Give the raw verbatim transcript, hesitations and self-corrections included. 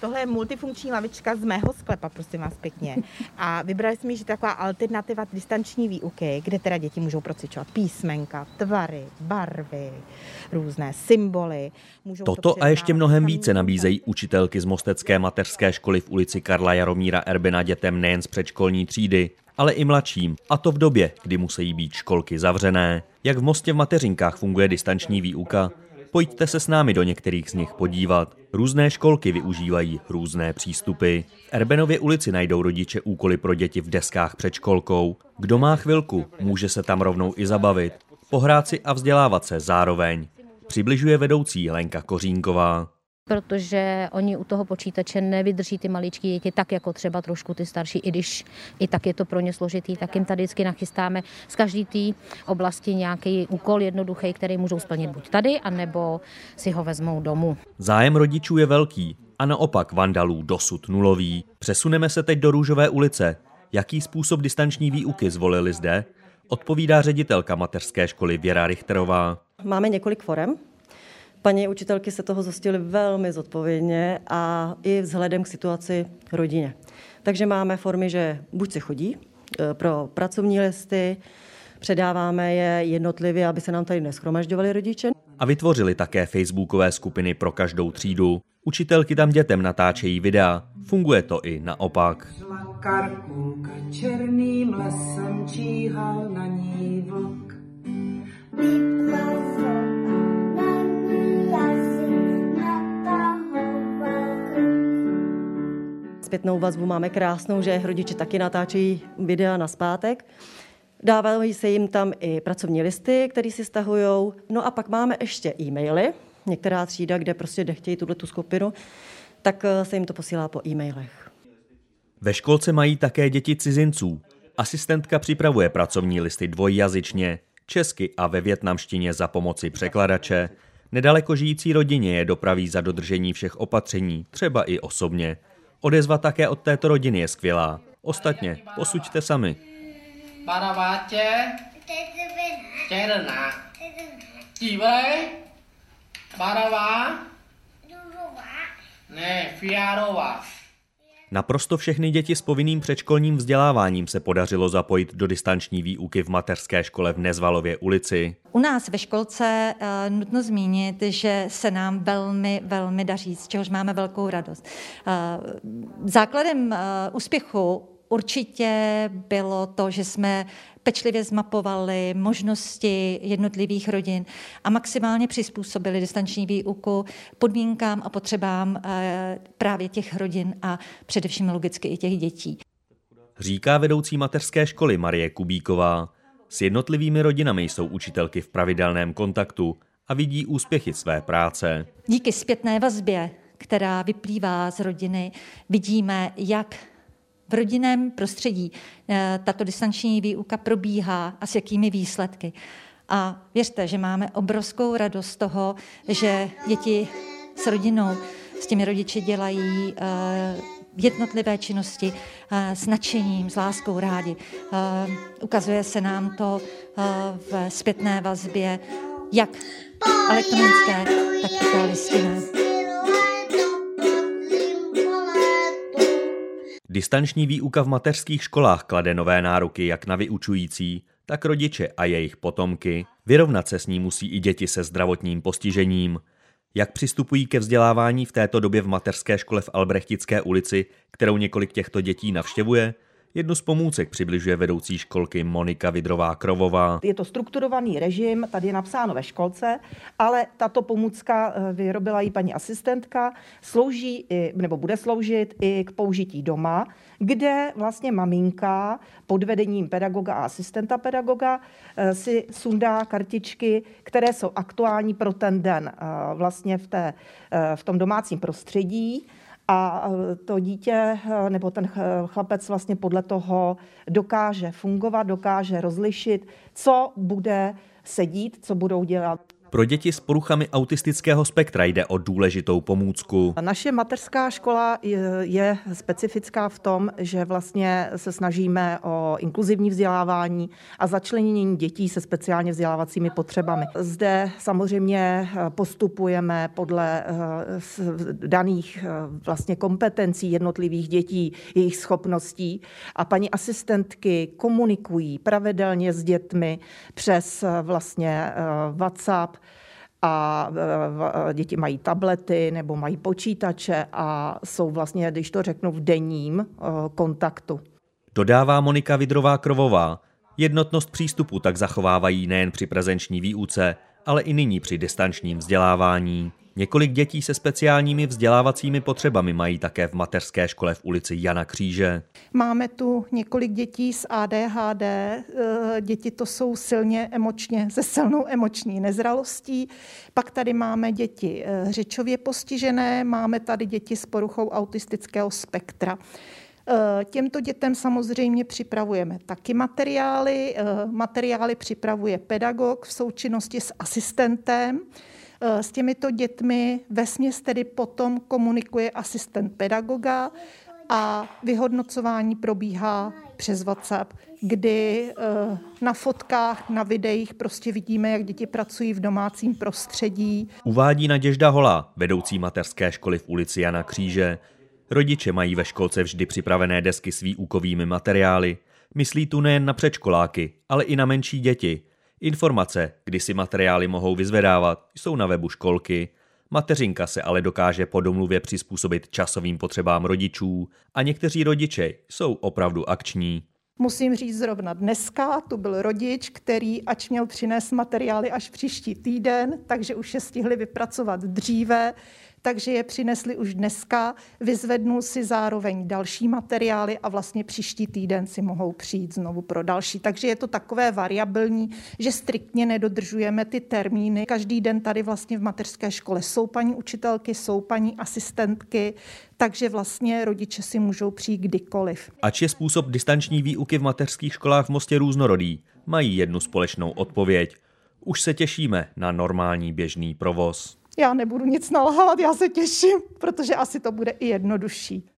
Tohle je multifunkční lavička z mého sklepa, prosím vás pěkně. A vybrali jsme, že taková alternativa distanční výuky, kde teda děti můžou procvičovat písmenka, tvary, barvy, různé symboly. Můžou Toto to a ještě mnohem více nabízejí učitelky z mostecké mateřské školy v ulici Karla Jaromíra Erbina dětem nejen z předškolní třídy, ale i mladším, a to v době, kdy musí být školky zavřené. Jak v Mostě v Mateřinkách funguje distanční výuka? Pojďte se s námi do některých z nich podívat. Různé školky využívají různé přístupy. V Erbenově ulici najdou rodiče úkoly pro děti v deskách před školkou. Kdo má chvilku, může se tam rovnou i zabavit, pohrát si a vzdělávat se zároveň. Přibližuje vedoucí Lenka Kořínková. Protože oni u toho počítače nevydrží ty maličky děti tak jako třeba trošku ty starší, i když i tak je to pro ně složitý, tak jim tady vždycky nachystáme z každé té oblasti nějaký úkol jednoduchý, který můžou splnit buď tady, anebo si ho vezmou domů. Zájem rodičů je velký a naopak vandalů dosud nulový. Přesuneme se teď do Růžové ulice. Jaký způsob distanční výuky zvolili zde? Odpovídá ředitelka mateřské školy Věra Richterová. Máme několik forem. Paní učitelky se toho zhostily velmi zodpovědně a i vzhledem k situaci rodině. Takže máme formy, že buď se chodí pro pracovní listy, předáváme je jednotlivě, aby se nám tady neshromažďovali rodiče. A vytvořili také facebookové skupiny pro každou třídu. Učitelky tam dětem natáčejí videa. Funguje to i naopak. Karkulka černým lesem číhal na ní vlk. Zpětnou vazbu máme krásnou, že rodiče taky natáčejí videa nazpátek. Dávají se jim tam i pracovní listy, které si stahujou. No a pak máme ještě e-maily. Některá třída, kde prostě nechtějí tuto skupinu, tak se jim to posílá po e-mailech. Ve školce mají také děti cizinců. Asistentka připravuje pracovní listy dvojjazyčně, česky a ve vietnamštině za pomoci překladače. Nedaleko žijící rodině je dopraví za dodržení všech opatření, třeba i osobně. Odezva také od této rodiny je skvělá. Ostatně, posuďte sami. Naprosto všechny děti s povinným předškolním vzděláváním se podařilo zapojit do distanční výuky v mateřské škole v Nezvalově ulici. U nás ve školce uh, nutno zmínit, že se nám velmi, velmi daří, z čehož máme velkou radost. Uh, základem uh, úspěchu určitě bylo to, že jsme pečlivě zmapovali možnosti jednotlivých rodin a maximálně přizpůsobili distanční výuku podmínkám a potřebám právě těch rodin a především logicky i těch dětí. Říká vedoucí mateřské školy Marie Kubíková. S jednotlivými rodinami jsou učitelky v pravidelném kontaktu a vidí úspěchy své práce. Díky zpětné vazbě, která vyplývá z rodiny, vidíme, jak v rodinném prostředí tato distanční výuka probíhá a s jakými výsledky. A věřte, že máme obrovskou radost z toho, že děti s rodinou, s těmi rodiči dělají jednotlivé činnosti s nadšením, s láskou rádi. Ukazuje se nám to v zpětné vazbě, jak elektronické, tak i té listinné. Distanční výuka v mateřských školách klade nové nároky jak na vyučující, tak rodiče a jejich potomky. Vyrovnat se s ní musí i děti se zdravotním postižením. Jak přistupují ke vzdělávání v této době v mateřské škole v Albrechtické ulici, kterou několik těchto dětí navštěvuje? Jednu z pomůcek přibližuje vedoucí školky Monika Vidrová-Krovová. Je to strukturovaný režim, tady je napsáno ve školce, ale tato pomůcka vyrobila ji paní asistentka, slouží i, nebo bude sloužit i k použití doma, kde vlastně maminka pod vedením pedagoga a asistenta pedagoga si sundá kartičky, které jsou aktuální pro ten den vlastně v, té, v tom domácím prostředí. A to dítě nebo ten chlapec vlastně podle toho dokáže fungovat, dokáže rozlišit, co bude se dít, co budou dělat Pro děti s poruchami autistického spektra jde o důležitou pomůcku. Naše mateřská škola je specifická v tom, že vlastně se snažíme o inkluzivní vzdělávání a začlenění dětí se speciálně vzdělávacími potřebami. Zde samozřejmě postupujeme podle daných vlastně kompetencí jednotlivých dětí, jejich schopností a paní asistentky komunikují pravidelně s dětmi přes vlastně WhatsApp a děti mají tablety nebo mají počítače a jsou vlastně, když to řeknu, v denním kontaktu. Dodává Monika Vidrová-Krovová. Jednotnost přístupu tak zachovávají nejen při prezenční výuce, ale i nyní při distančním vzdělávání. Několik dětí se speciálními vzdělávacími potřebami mají také v mateřské škole v ulici Jana Kříže. Máme tu několik dětí s A D H D. Děti to jsou silně emočně, se silnou emoční nezralostí. Pak tady máme děti řečově postižené, máme tady děti s poruchou autistického spektra. Těmto dětem samozřejmě připravujeme taky materiály. Materiály připravuje pedagog v součinnosti s asistentem. S těmito dětmi vesměs tedy potom komunikuje asistent pedagoga a vyhodnocování probíhá přes WhatsApp, kdy na fotkách, na videích prostě vidíme, jak děti pracují v domácím prostředí. Uvádí Naděžda Holá, vedoucí mateřské školy v ulici Jana Kříže. Rodiče mají ve školce vždy připravené desky s výukovými materiály. Myslí tu nejen na předškoláky, ale i na menší děti. Informace, kdy si materiály mohou vyzvedávat, jsou na webu školky. Mateřinka se ale dokáže po domluvě přizpůsobit časovým potřebám rodičů a někteří rodiče jsou opravdu akční. Musím říct zrovna dneska, tu byl rodič, který ač měl přinést materiály až příští týden, takže už je stihli vypracovat dříve, takže je přinesli už dneska, vyzvednul si zároveň další materiály a vlastně příští týden si mohou přijít znovu pro další. Takže je to takové variabilní, že striktně nedodržujeme ty termíny. Každý den tady vlastně v mateřské škole jsou paní učitelky, jsou paní asistentky, takže vlastně rodiče si můžou přijít kdykoliv. Ač je způsob distanční výuky v mateřských školách v Mostě různorodý, mají jednu společnou odpověď. Už se těšíme na normální běžný provoz. Já nebudu nic nalhávat, já se těším, protože asi to bude i jednodušší.